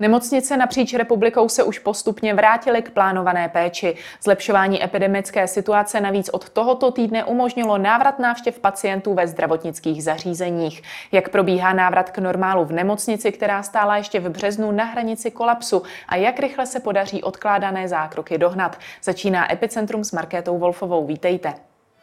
Nemocnice napříč republikou se už postupně vrátily k plánované péči. Zlepšování epidemické situace navíc od tohoto týdne umožnilo návrat návštěv pacientů ve zdravotnických zařízeních. Jak probíhá návrat k normálu v nemocnici, která stála ještě v březnu na hranici kolapsu, a jak rychle se podaří odkládané zákroky dohnat. Začíná Epicentrum s Markétou Wolfovou. Vítejte.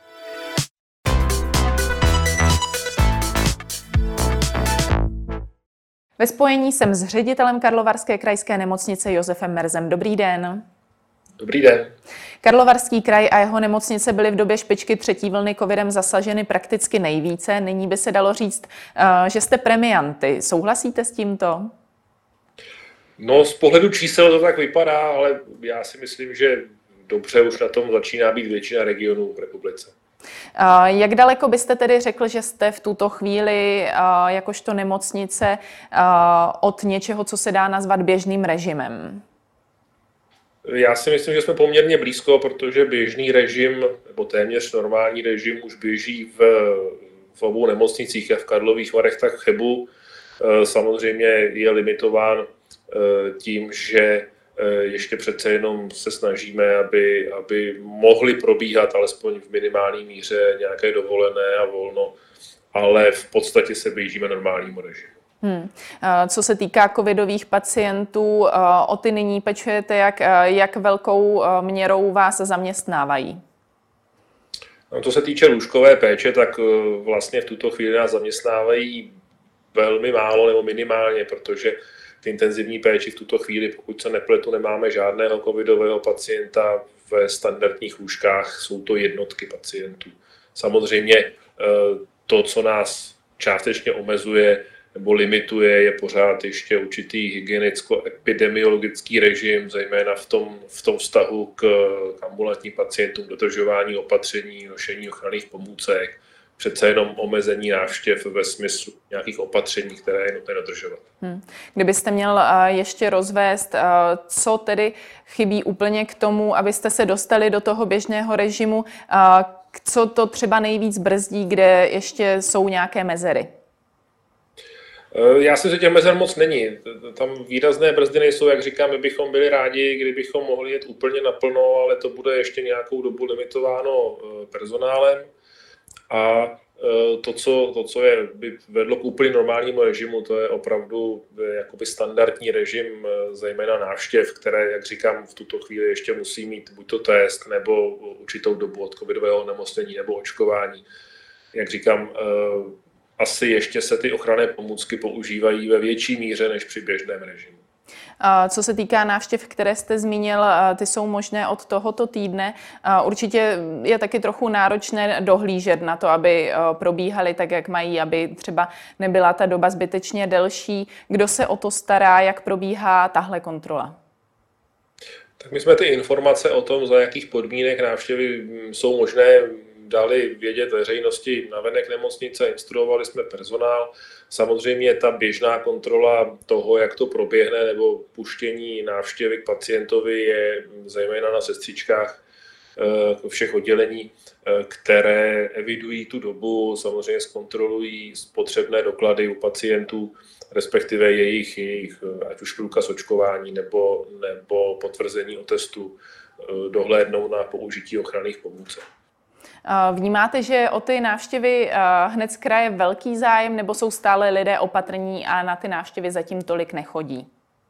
Ve spojení jsem s ředitelem Karlovarské krajské nemocnice Josefem Merzem. Dobrý den. Dobrý den. Karlovarský kraj a jeho nemocnice byly v době špičky třetí vlny covidem zasaženy prakticky nejvíce. Nyní by se dalo říct, že jste premianty. Souhlasíte s tímto? No, z pohledu čísel to tak vypadá, ale já si myslím, že dobře už na tom začíná být většina regionů v republice. Jak daleko byste tedy řekl, že jste v tuto chvíli jakožto nemocnice od něčeho, co se dá nazvat běžným režimem? Já si myslím, že jsme poměrně blízko, protože běžný režim, nebo téměř normální režim už běží v obou nemocnicích, jak v Karlových Varech, tak v Chebu. Samozřejmě je limitován tím, že ještě přece jenom se snažíme, aby mohly probíhat alespoň v minimální míře nějaké dovolené a volno, ale v podstatě se blížíme normálnímu režimu. Co se týká covidových pacientů, o ty nyní pečujete, jak velkou měrou vás zaměstnávají? No, co se týče lůžkové péče, tak vlastně v tuto chvíli nás zaměstnávají velmi málo nebo minimálně, protože v intenzivní péči v tuto chvíli, pokud se nepletu, nemáme žádného covidového pacienta ve standardních lůžkách, jsou to jednotky pacientů. Samozřejmě to, co nás částečně omezuje nebo limituje, je pořád ještě určitý hygienicko-epidemiologický režim, zejména v tom vztahu k ambulantním pacientům, dodržování opatření, nošení ochranných pomůcek, přece jenom omezení návštěv ve smyslu nějakých opatření, které je nutné dodržovat. Kdybyste měl ještě rozvést, co tedy chybí úplně k tomu, abyste se dostali do toho běžného režimu, co to třeba nejvíc brzdí, kde ještě jsou nějaké mezery? Já si myslím, že těch mezer moc není. Tam výrazné brzdy nejsou, jak říkám, my bychom byli rádi, kdybychom mohli jet úplně naplno, ale to bude ještě nějakou dobu limitováno personálem. A to, co by vedlo k úplně normálnímu režimu, to je opravdu jakoby standardní režim, zejména návštěv, které, jak říkám, v tuto chvíli ještě musí mít buď to test, nebo určitou dobu od covidového onemocnění, nebo očkování. Jak říkám, asi ještě se ty ochranné pomůcky používají ve větší míře než při běžném režimu. Co se týká návštěv, které jste zmínil, ty jsou možné od tohoto týdne. Určitě je taky trochu náročné dohlížet na to, aby probíhaly tak, jak mají, aby třeba nebyla ta doba zbytečně delší. Kdo se o to stará, jak probíhá tahle kontrola? Tak my jsme ty informace o tom, za jakých podmínek návštěvy jsou možné, dali vědět veřejnosti navenek nemocnice, instruovali jsme personál. Samozřejmě ta běžná kontrola toho, jak to proběhne, nebo puštění návštěvy k pacientovi je zejména na sestřičkách všech oddělení, které evidují tu dobu, samozřejmě zkontrolují potřebné doklady u pacientů, respektive jejich ať už průkaz očkování nebo potvrzení o testu, dohlédnou na použití ochranných pomůcek. Vnímáte, že o ty návštěvy hned z kraje velký zájem, nebo jsou stále lidé opatrní a na ty návštěvy zatím tolik nechodí?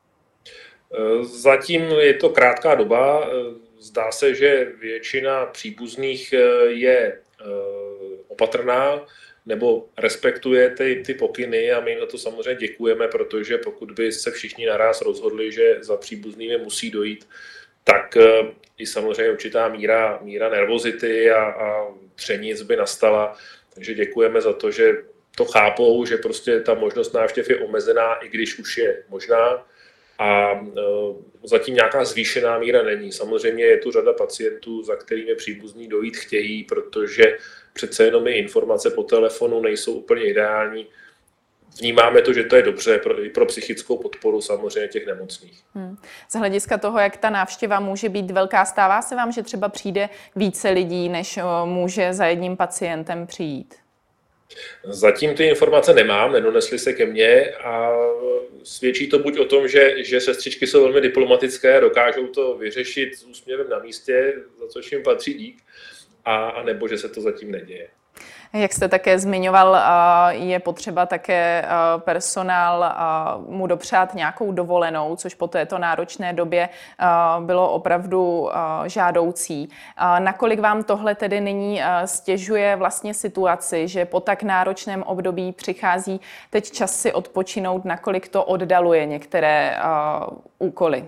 Zatím je to krátká doba. Zdá se, že většina příbuzných je opatrná nebo respektuje ty pokyny a my na to samozřejmě děkujeme, protože pokud by se všichni naráz rozhodli, že za příbuznými musí dojít, tak i samozřejmě určitá míra nervozity a třenic by nastala. Takže děkujeme za to, že to chápou, že prostě ta možnost návštěv je omezená, i když už je možná. A zatím nějaká zvýšená míra není. Samozřejmě je tu řada pacientů, za kterými příbuzní dojít chtějí, protože přece jenom i informace po telefonu nejsou úplně ideální. Vnímáme to, že to je dobře i pro psychickou podporu samozřejmě těch nemocných. Z hlediska toho, jak ta návštěva může být velká, stává se vám, že třeba přijde více lidí, než může za jedním pacientem přijít? Zatím ty informace nemám, nedonesly se ke mně a svědčí to buď o tom, že sestřičky jsou velmi diplomatické, dokážou to vyřešit s úsměvem na místě, za což jim patří dík, a nebo že se to zatím neděje. Jak jste také zmiňoval, je potřeba také personál mu dopřát nějakou dovolenou, což po této náročné době bylo opravdu žádoucí. Nakolik vám tohle tedy nyní stěžuje vlastně situaci, že po tak náročném období přichází teď čas si odpočinout, nakolik to oddaluje některé úkoly?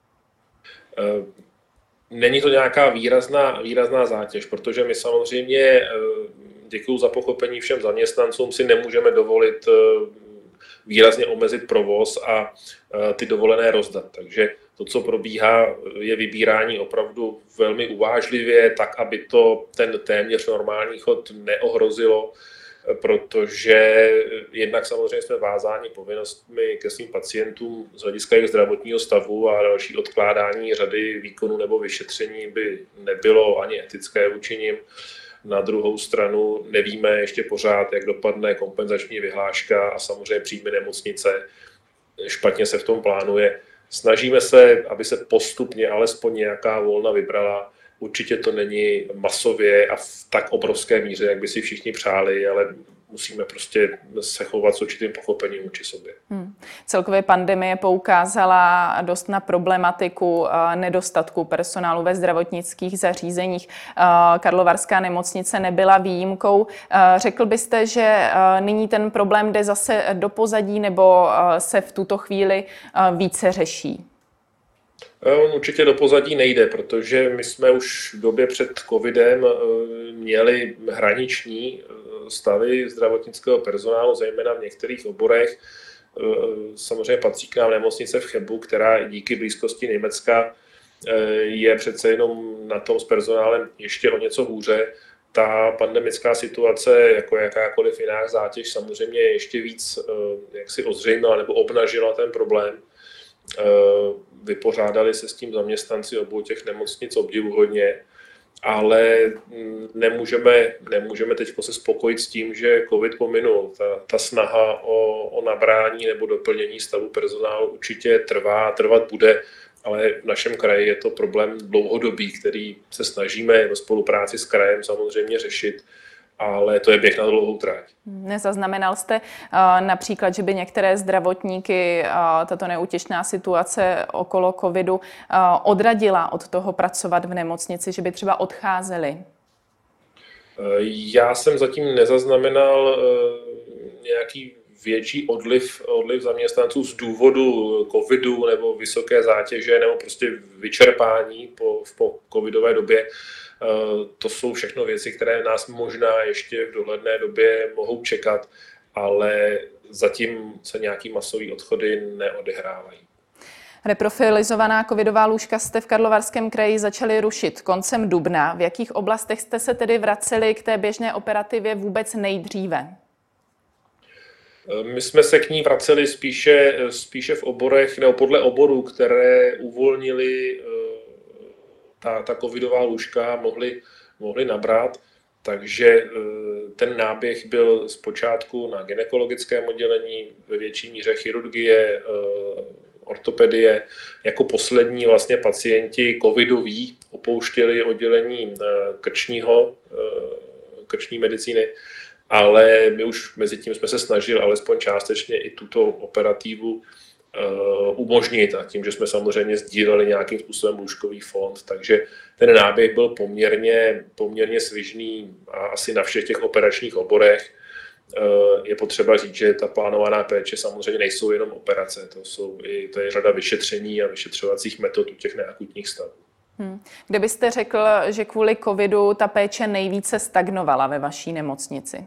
Není to nějaká výrazná zátěž, protože my samozřejmě, děkuju za pochopení všem zaměstnancům, si nemůžeme dovolit výrazně omezit provoz a ty dovolené rozdat. Takže to, co probíhá, je vybírání opravdu velmi uvážlivě, tak, aby to ten téměř normální chod neohrozilo, protože jednak samozřejmě jsme vázáni povinnostmi ke svým pacientům z hlediska jejich zdravotního stavu a další odkládání řady výkonů nebo vyšetření by nebylo ani etické vůči nim. Na druhou stranu nevíme ještě pořád, jak dopadne kompenzační vyhláška a samozřejmě příjmy nemocnice. Špatně se v tom plánuje. Snažíme se, aby se postupně alespoň nějaká volna vybrala. Určitě to není masově a v tak obrovské míře, jak by si všichni přáli, ale musíme prostě se chovat s určitým pochopením vůči sobě. Celkově pandemie poukázala dost na problematiku nedostatku personálu ve zdravotnických zařízeních. Karlovarská nemocnice nebyla výjimkou. Řekl byste, že nyní ten problém jde zase do pozadí nebo se v tuto chvíli více řeší? On určitě do pozadí nejde, protože my jsme už v době před covidem měli hraniční stavy zdravotnického personálu, zejména v některých oborech. Samozřejmě patří k nám nemocnice v Chebu, která díky blízkosti Německa je přece jenom na tom s personálem ještě o něco hůře. Ta pandemická situace, jako jakákoliv jiná zátěž, samozřejmě ještě víc jaksi ozřejmila nebo obnažila ten problém. Vypořádali se s tím zaměstnanci obou těch nemocnic obdivuhodně, ale nemůžeme teď se spokojit s tím, že covid pominul. Ta snaha o nabrání nebo doplnění stavu personálu určitě trvat bude, ale v našem kraji je to problém dlouhodobý, který se snažíme ve spolupráci s krajem samozřejmě řešit, ale to je běh na dlouhou trať. Nezaznamenal jste například, že by některé zdravotníky tato neútěšná situace okolo covidu odradila od toho pracovat v nemocnici, že by třeba odcházeli? Já jsem zatím nezaznamenal nějaký větší odliv zaměstnanců z důvodu covidu nebo vysoké zátěže nebo prostě vyčerpání po covidové době. To jsou všechno věci, které nás možná ještě v dohledné době mohou čekat, ale zatím se nějaký masový odchody neodehrávají. Reprofilizovaná covidová lůžka jste v Karlovarském kraji začali rušit koncem dubna. V jakých oblastech jste se tedy vraceli k té běžné operativě vůbec nejdříve? My jsme se k ní vraceli spíše v oborech, nebo podle oborů, které uvolnili ta covidová lůžka, mohli nabrat. Takže ten náběh byl zpočátku na gynekologickém oddělení, ve větší míře chirurgie, ortopedie. Jako poslední vlastně pacienti covidoví opouštěli oddělení krční medicíny, ale my už mezi tím jsme se snažili alespoň částečně i tuto operativu umožnit a tím, že jsme samozřejmě sdíleli nějakým způsobem lůžkový fond, takže ten náběh byl poměrně svižný a asi na všech těch operačních oborech. Je potřeba říct, že ta plánovaná péče samozřejmě nejsou jenom operace, to je řada vyšetření a vyšetřovacích metod u těch neakutních stavů. Kdybyste řekl, že kvůli covidu ta péče nejvíce stagnovala ve vaší nemocnici?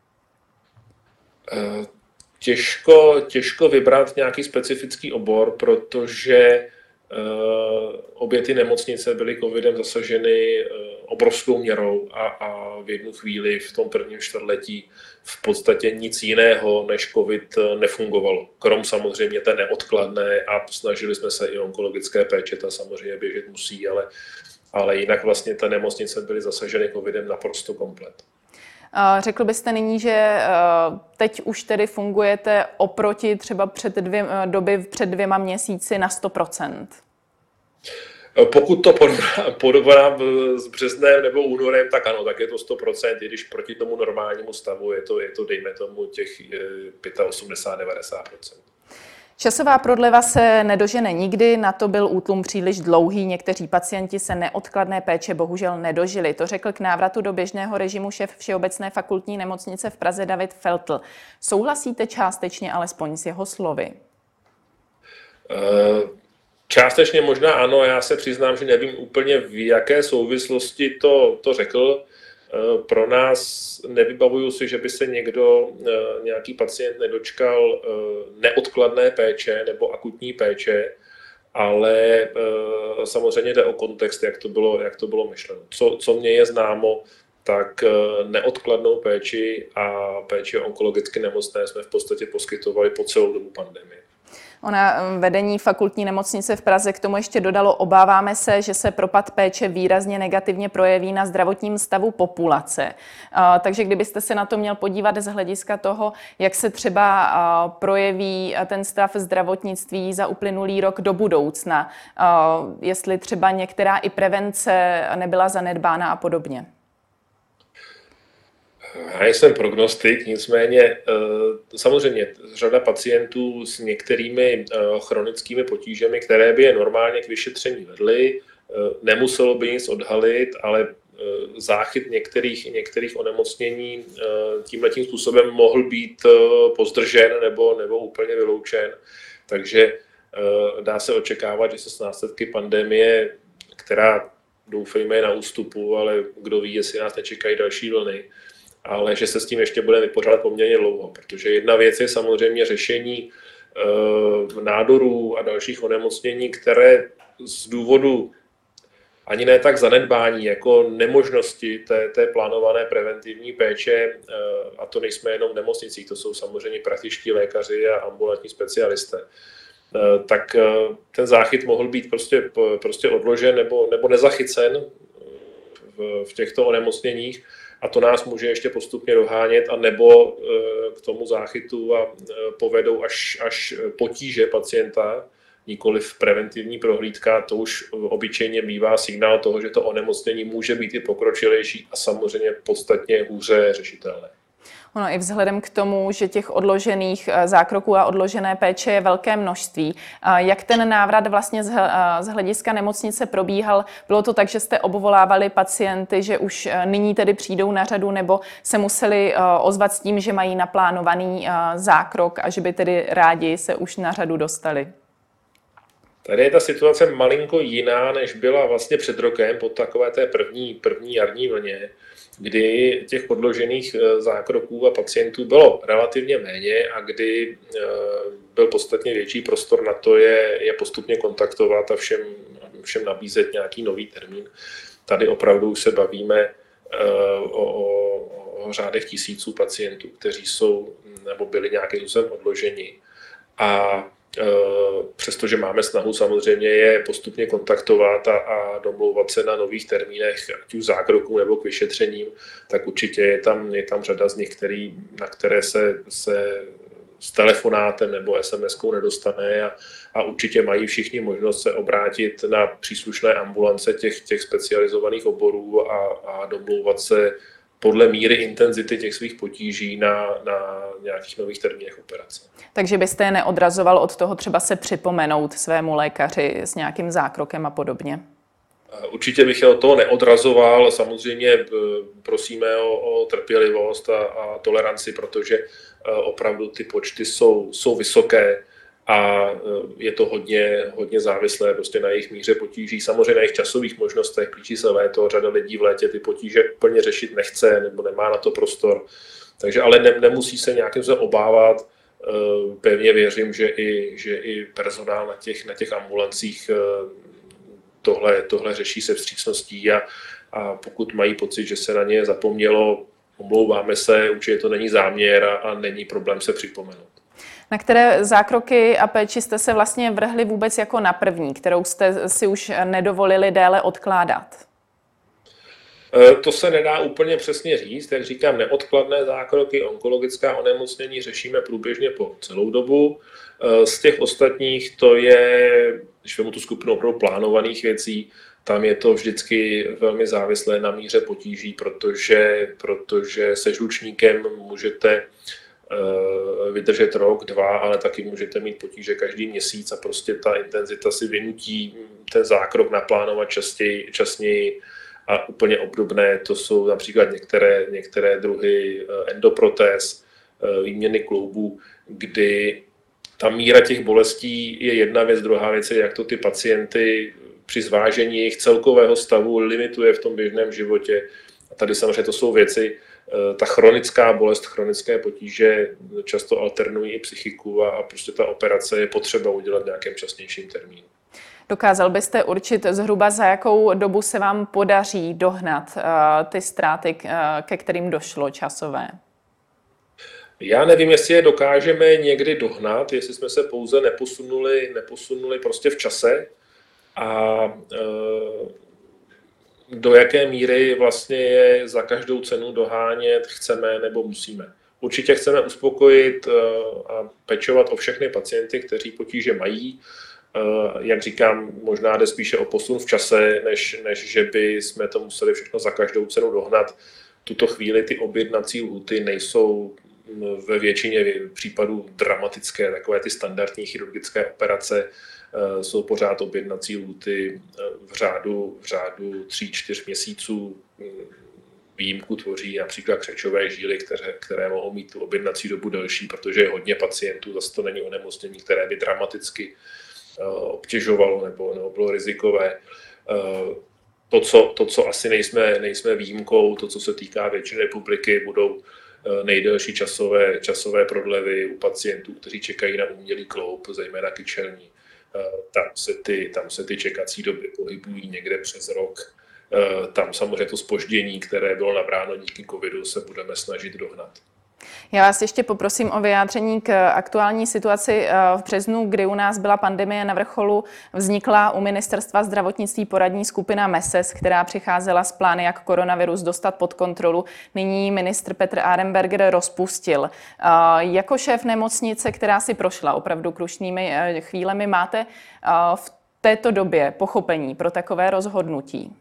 Těžko vybrat nějaký specifický obor, protože obě ty nemocnice byly covidem zasaženy obrovskou měrou a v jednu chvíli v tom prvním čtvrtletí v podstatě nic jiného než covid nefungovalo. Krom samozřejmě té neodkladné a snažili jsme se i onkologické péče, ta samozřejmě běžet musí, ale jinak vlastně ty nemocnice byly zasaženy covidem naprosto komplet. Řekl byste nyní, že teď už tedy fungujete oproti třeba před 2 měsíci na 100%? Pokud to porovnám s březnem nebo únorem, tak ano, tak je to 100%, i když proti tomu normálnímu stavu je to dejme tomu těch 85–90%. Časová prodleva se nedožene nikdy, na to byl útlum příliš dlouhý. Někteří pacienti se neodkladné péče bohužel nedožili. To řekl k návratu do běžného režimu šéf Všeobecné fakultní nemocnice v Praze David Feltl. Souhlasíte částečně alespoň s jeho slovy? Částečně možná ano, já se přiznám, že nevím úplně v jaké souvislosti to řekl. Pro nás nevybavuju si, že by se nějaký pacient nedočkal neodkladné péče nebo akutní péče, ale samozřejmě jde o kontext, jak to bylo myšleno. Co mně je známo, tak neodkladnou péči a péči onkologicky nemocné jsme v podstatě poskytovali po celou dobu pandemie. Vedení fakultní nemocnice v Praze k tomu ještě dodalo: obáváme se, že se propad péče výrazně negativně projeví na zdravotním stavu populace. Takže kdybyste se na to měl podívat z hlediska toho, jak se třeba projeví ten stav zdravotnictví za uplynulý rok do budoucna, jestli třeba některá i prevence nebyla zanedbána a podobně. Já jsem prognostik, nicméně samozřejmě řada pacientů s některými chronickými potížemi, které by je normálně k vyšetření vedly, nemuselo by nic odhalit, ale záchyt některých onemocnění tímhletím způsobem mohl být pozdržen nebo úplně vyloučen. Takže dá se očekávat, že se s následky pandemie, která doufejme je na ústupu, ale kdo ví, jestli nás nečekají další vlny, ale že se s tím ještě bude vypořádat poměrně dlouho, protože jedna věc je samozřejmě řešení nádorů a dalších onemocnění, které z důvodu ani ne tak zanedbání, jako nemožnosti té plánované preventivní péče, a to nejsme jenom v nemocnicích, to jsou samozřejmě praktičtí lékaři a ambulantní specialisté, tak ten záchyt mohl být prostě odložen nebo nezachycen v těchto onemocněních. A to nás může ještě postupně dohánět, a nebo k tomu záchytu a povedou až potíže pacienta, nikoliv preventivní prohlídka. To už obyčejně bývá signál toho, že to onemocnění může být i pokročilejší a samozřejmě podstatně hůře řešitelné. Ono i vzhledem k tomu, že těch odložených zákroků a odložené péče je velké množství. Jak ten návrat vlastně z hlediska nemocnice probíhal? Bylo to tak, že jste obvolávali pacienty, že už nyní tedy přijdou na řadu, nebo se museli ozvat s tím, že mají naplánovaný zákrok a že by tedy rádi se už na řadu dostali? Tady je ta situace malinko jiná, než byla vlastně před rokem po takové té první jarní vlně, kdy těch odložených zákroků a pacientů bylo relativně méně a kdy byl podstatně větší prostor na to je postupně kontaktovat a všem nabízet nějaký nový termín. Tady opravdu se bavíme o řádech tisíců pacientů, kteří jsou nebo byli nějakým způsobem odloženi. A přestože máme snahu samozřejmě je postupně kontaktovat a domlouvat se na nových termínech, ať už zákroků nebo k vyšetřením, tak určitě je tam řada z nich, na které se s telefonátem nebo SMS-kou nedostane a určitě mají všichni možnost se obrátit na příslušné ambulance těch specializovaných oborů a domlouvat se podle míry intenzity těch svých potíží na nějakých nových termínech operace. Takže byste je neodrazoval od toho třeba se připomenout svému lékaři s nějakým zákrokem a podobně? Určitě bych je od toho neodrazoval. Samozřejmě prosíme o trpělivost a toleranci, protože opravdu ty počty jsou vysoké a je to hodně závislé prostě na jejich míře potíží. Samozřejmě na jejich časových možnostech, blíží se léto, řada lidí v létě ty potíže úplně řešit nechce nebo nemá na to prostor. Takže ale nemusí se nějakým způsobem obávat. Pevně věřím, že i personál na těch ambulancích tohle řeší se vstřícností a pokud mají pocit, že se na ně zapomnělo, omlouváme se, určitě to není záměr a není problém se připomenout. Na které zákroky a péči jste se vlastně vrhli vůbec jako na první, kterou jste si už nedovolili déle odkládat? To se nedá úplně přesně říct, jak říkám, neodkladné zákroky, onkologická onemocnění řešíme průběžně po celou dobu. Z těch ostatních to je, když vezmu tu skupinu opravdu plánovaných věcí, tam je to vždycky velmi závislé na míře potíží, protože se žlučníkem můžete vydržet rok, 2, ale taky můžete mít potíže každý měsíc a prostě ta intenzita si vynutí ten zákrok naplánovat časněji. A úplně obdobné to jsou například některé druhy endoprotéz, výměny kloubů, kdy ta míra těch bolestí je jedna věc, druhá věc je, jak to ty pacienty při zvážení jejich celkového stavu limituje v tom běžném životě. A tady samozřejmě to jsou věci, ta chronická bolest, chronické potíže často alternují i psychiku a prostě ta operace je potřeba udělat v nějakém časnějším termínu. Dokázal byste určit zhruba, za jakou dobu se vám podaří dohnat ty ztráty, ke kterým došlo časové? Já nevím, jestli je dokážeme někdy dohnat, jestli jsme se pouze neposunuli prostě v čase a do jaké míry vlastně je za každou cenu dohánět chceme nebo musíme. Určitě chceme uspokojit a pečovat o všechny pacienty, kteří potíže mají. Jak říkám, možná jde spíše o posun v čase, než že by jsme to museli všechno za každou cenu dohnat. Tuto chvíli ty objednací lhůty nejsou ve většině případů dramatické, takové ty standardní chirurgické operace jsou pořád objednací lhůty v řádu 3-4 měsíců. Výjimku tvoří například křečové žíly, které mohou mít tu objednací dobu delší, protože je hodně pacientů, zase to není onemocnění, které by dramaticky obtěžovalo nebo bylo rizikové. To, co asi nejsme výjimkou, to, co se týká většiny republiky, budou nejdelší časové prodlevy u pacientů, kteří čekají na umělý kloub, zejména kyčelní. Tam se ty čekací doby pohybují někde přes rok. Tam samozřejmě to zpoždění, které bylo nabráno díky covidu, se budeme snažit dohnat. Já vás ještě poprosím o vyjádření k aktuální situaci v březnu, kdy u nás byla pandemie na vrcholu. Vznikla u Ministerstva zdravotnictví poradní skupina MESES, která přicházela s plány, jak koronavirus dostat pod kontrolu. Nyní ministr Petr Arenberger rozpustil. Jako šéf nemocnice, která si prošla opravdu krušnými chvílemi, máte v této době pochopení pro takové rozhodnutí?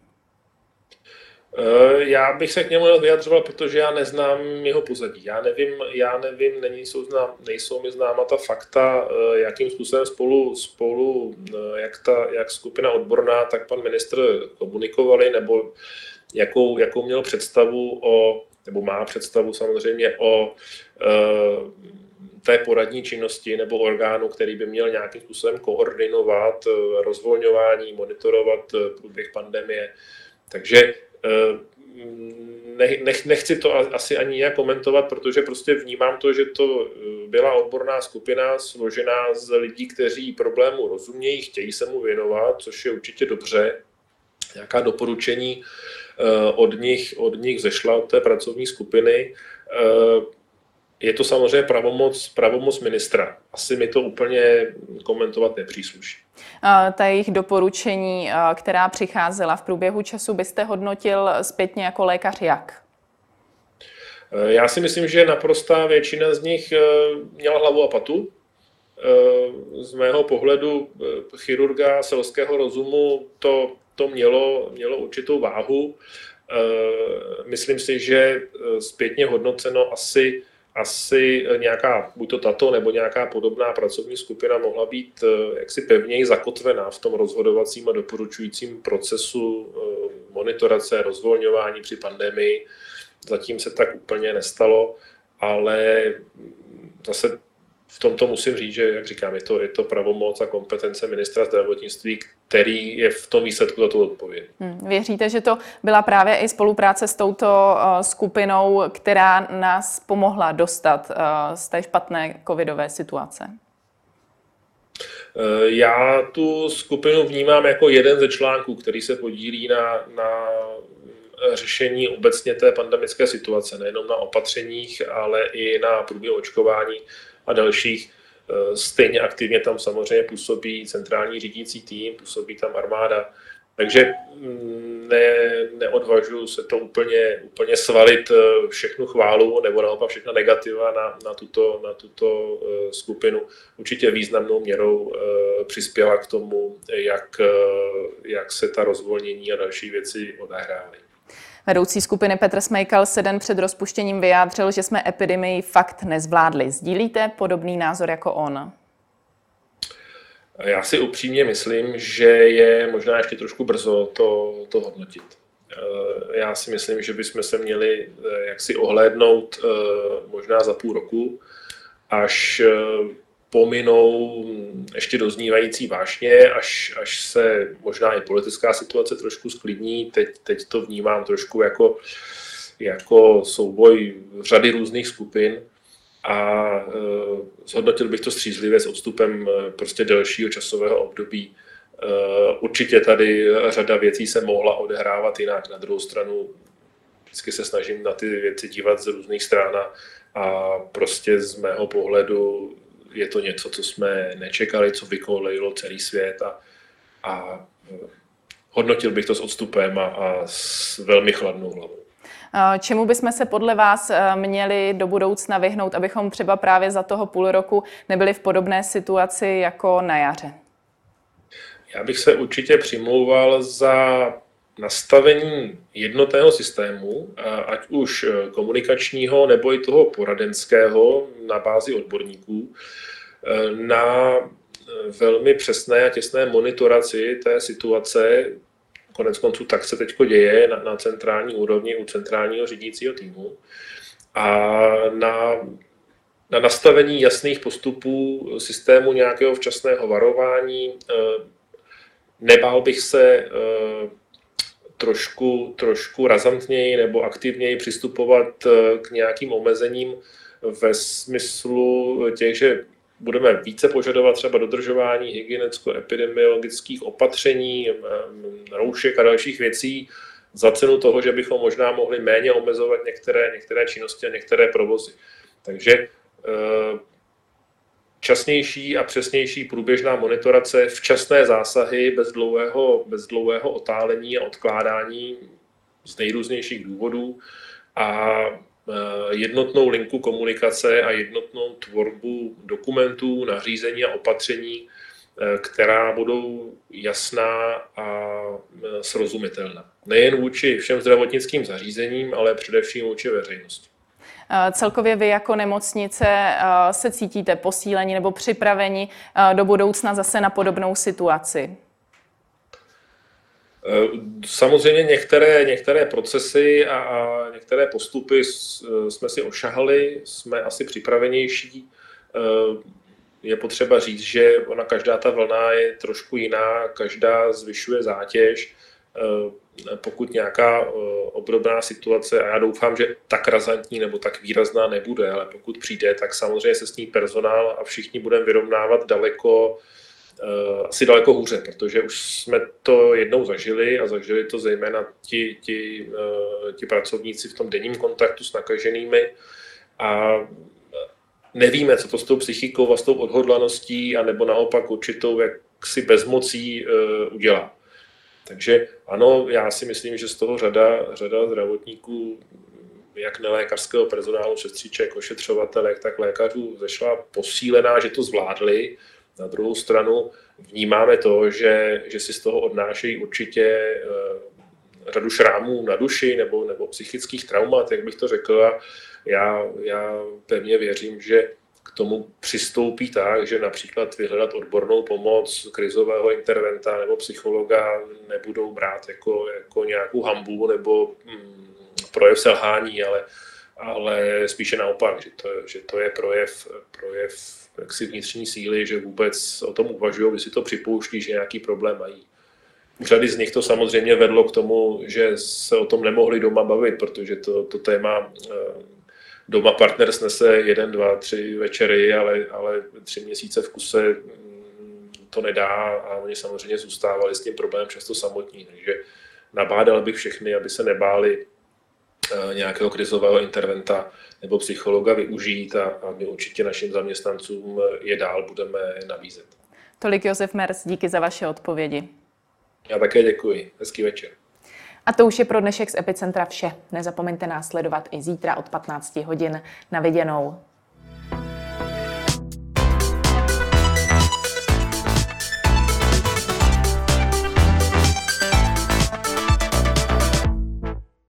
Já bych se k němu vyjadřoval, protože já neznám jeho pozadí. Já nevím, nejsou mi známa ta fakta, jakým způsobem spolu jak skupina odborná, tak pan ministr komunikovali, nebo jakou měl představu nebo má představu samozřejmě o té poradní činnosti nebo orgánu, který by měl nějakým způsobem koordinovat rozvolňování, monitorovat průběh pandemie. Takže nechci to asi ani nějak komentovat, protože prostě vnímám to, že to byla odborná skupina složená z lidí, kteří problému rozumějí, chtějí se mu věnovat, což je určitě dobře. Nějaká doporučení od nich zešla, od té pracovní skupiny. Je to samozřejmě pravomoc ministra. Asi mi to úplně komentovat nepřísluší. Ta jejich doporučení, která přicházela v průběhu času, byste hodnotil zpětně jako lékař jak? Já si myslím, že naprostá většina z nich měla hlavu a patu. Z mého pohledu chirurga selského rozumu to mělo určitou váhu. Myslím si, že zpětně hodnoceno asi nějaká, buď to tato, nebo nějaká podobná pracovní skupina mohla být jaksi pevněji zakotvená v tom rozhodovacím a doporučujícím procesu monitorace, rozvolňování při pandemii. Zatím se tak úplně nestalo, ale zase v tomto musím říct, že, jak říkám, je to pravomoc a kompetence ministra zdravotnictví, který je v tom výsledku za to odpovědný. Věříte, že to byla právě i spolupráce s touto skupinou, která nás pomohla dostat z té špatné covidové situace? Já tu skupinu vnímám jako jeden ze článků, který se podílí na řešení obecně té pandemické situace, nejenom na opatřeních, ale i na průběhu očkování a dalších. Stejně aktivně tam samozřejmě působí centrální řídící tým, působí tam armáda. Takže neodvažuji se to úplně svalit všechnu chválu nebo naopak všechna negativa na tuto skupinu. Určitě významnou měrou přispěla k tomu, jak se ta rozvolnění a další věci odehrály. Vedoucí skupiny Petr Smejkal se den před rozpuštěním vyjádřil, že jsme epidemii fakt nezvládli. Sdílíte podobný názor jako on? Já si upřímně myslím, že je možná ještě trošku brzo to hodnotit. Já si myslím, že bychom se měli jaksi ohlédnout možná za půl roku, až pominou ještě doznívající vášně, až se možná i politická situace trošku sklidní. Teď to vnímám trošku jako souboj řady různých skupin a zhodnotil bych to střízlivě s odstupem prostě delšího časového období. Určitě tady řada věcí se mohla odehrávat jinak. Na druhou stranu vždycky se snažím na ty věci dívat z různých stran a prostě z mého pohledu je to něco, co jsme nečekali, co vykolejilo celý svět a hodnotil bych to s odstupem a s velmi chladnou hlavou. Čemu bychom se podle vás měli do budoucna vyhnout, abychom třeba právě za toho půl roku nebyli v podobné situaci jako na jaře? Já bych se určitě přimlouval za nastavení jednotného systému, ať už komunikačního nebo i toho poradenského na bázi odborníků, na velmi přesné a těsné monitoraci té situace. Konec konců tak se teď děje na centrální úrovni u centrálního řídícího týmu a na nastavení jasných postupů systému nějakého včasného varování. Nebál bych se trošku razantněji nebo aktivněji přistupovat k nějakým omezením ve smyslu těch, že budeme více požadovat třeba dodržování hygienicko-epidemiologických opatření, roušek a dalších věcí za cenu toho, že bychom možná mohli méně omezovat některé činnosti a některé provozy. Takže časnější a přesnější průběžná monitorace, včasné zásahy bez dlouhého otálení a odkládání z nejrůznějších důvodů a jednotnou linku komunikace a jednotnou tvorbu dokumentů, nařízení a opatření, která budou jasná a srozumitelná. Nejen vůči všem zdravotnickým zařízením, ale především vůči veřejnosti. Celkově vy jako nemocnice se cítíte posíleni nebo připraveni do budoucna zase na podobnou situaci? Samozřejmě některé procesy a některé postupy jsme si ošahali, jsme asi připravenější. Je potřeba říct, že každá ta vlna je trošku jiná, každá zvyšuje zátěž. Pokud nějaká obdobná situace, a já doufám, že tak razantní nebo tak výrazná nebude, ale pokud přijde, tak samozřejmě se s ní personál a všichni budeme vyrovnávat asi daleko hůře, protože už jsme to jednou zažili a zažili to zejména ti pracovníci v tom denním kontaktu s nakaženými a nevíme, co to s tou psychikou a s tou odhodlaností a nebo naopak určitou jaksi bezmocí udělá. Takže ano, já si myslím, že z toho řada zdravotníků, jak nelékařského personálu, sestřiček, ošetřovatelek, tak lékařů zešla posílená, že to zvládli. Na druhou stranu vnímáme to, že si z toho odnášejí určitě řadu šrámů na duši nebo psychických traumat, jak bych to řekl. A já pevně věřím, že k tomu přistoupí tak, že například vyhledat odbornou pomoc krizového interventa nebo psychologa nebudou brát jako nějakou hanbu nebo projev selhání, ale spíše naopak, že to je projev jaksi vnitřní síly, že vůbec o tom uvažují, že si to připouští, že nějaký problém mají. U řady z nich to samozřejmě vedlo k tomu, že se o tom nemohli doma bavit, protože to téma doma partner snese 1, 2, 3 večery, ale 3 měsíce v kuse to nedá a oni samozřejmě zůstávali s tím problémem často samotní. Takže nabádal bych všechny, aby se nebáli nějakého krizového interventa nebo psychologa využít a my určitě našim zaměstnancům je dál budeme nabízet. Tolik Josef Mers, díky za vaše odpovědi. Já také děkuji. Hezký večer. A to už je pro dnešek z Epicentra vše. Nezapomeňte nás sledovat i zítra od 15 hodin. Na viděnou.